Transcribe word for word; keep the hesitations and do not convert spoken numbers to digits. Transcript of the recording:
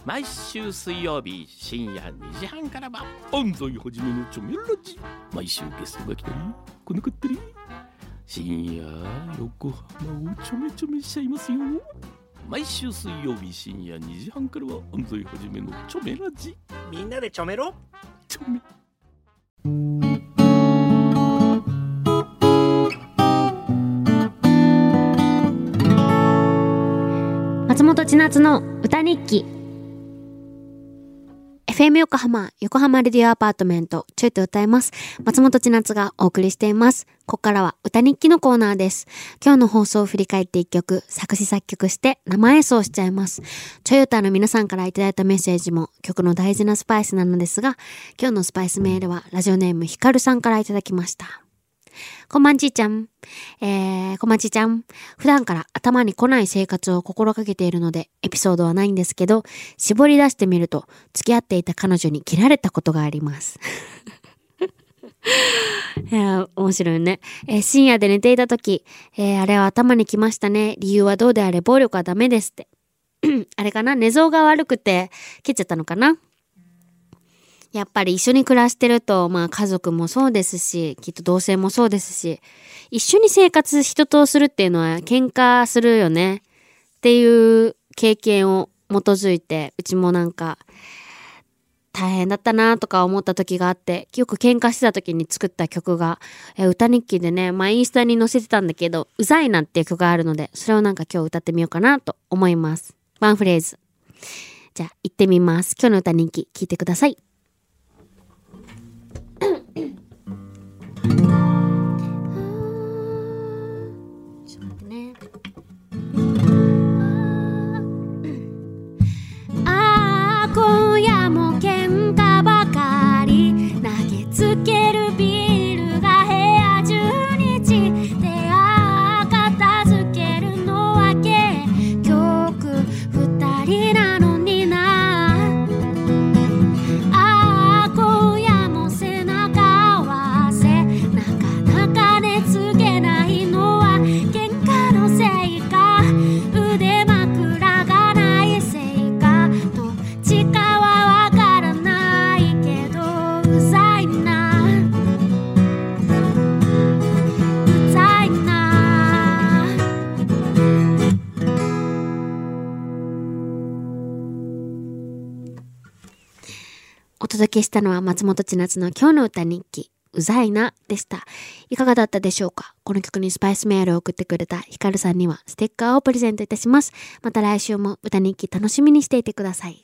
毎週水曜日深夜にじはんからは安西はじめのチョメラジ。毎週ゲストが来たり来なかったり、深夜横浜をちょめちょめしちゃいますよ。毎週水曜日深夜にじはんからは安西はじめのチョメラジ。 みんなでちょめろチョメ。 松本千夏の歌日記。 エフエム 横浜横浜レディオアパートメントちょいと歌います。松本千夏がお送りしています。ここからは歌日記のコーナーです。今日の放送を振り返って一曲作詞作曲して生演奏しちゃいます。ちょい歌の皆さんからいただいたメッセージも曲の大事なスパイスなのですが、今日のスパイスメールはラジオネームひかるさんからいただきました。こんばんちーちゃん。えー、こんばんちーちゃん。普段から頭に来ない生活を心がけているので、エピソードはないんですけど、絞り出してみると、付き合っていた彼女に切られたことがあります。いや、面白いね。えー、深夜で寝ていた時、えー、あれは頭に来ましたね。理由はどうであれ暴力はダメですって。あれかな、寝相が悪くて、切っちゃったのかな。やっぱり一緒に暮らしてると、まあ家族もそうですし、きっと同性もそうですし、一緒に生活人とするっていうのは喧嘩するよねっていう経験を基づいて、うちもなんか大変だったなとか思った時があって、よく喧嘩してた時に作った曲が、え歌日記でね、まあインスタに載せてたんだけど、うざいなっていう曲があるので、それをなんか今日歌ってみようかなと思います。ワンフレーズ。じゃあ行ってみます。今日の歌日記聞いてください。お届けしたのは松本千夏の今日の歌日記、うざいなでした。いかがだったでしょうか。この曲にスパイスメールを送ってくれたヒカルさんにはステッカーをプレゼントいたします。また来週も歌日記楽しみにしていてください。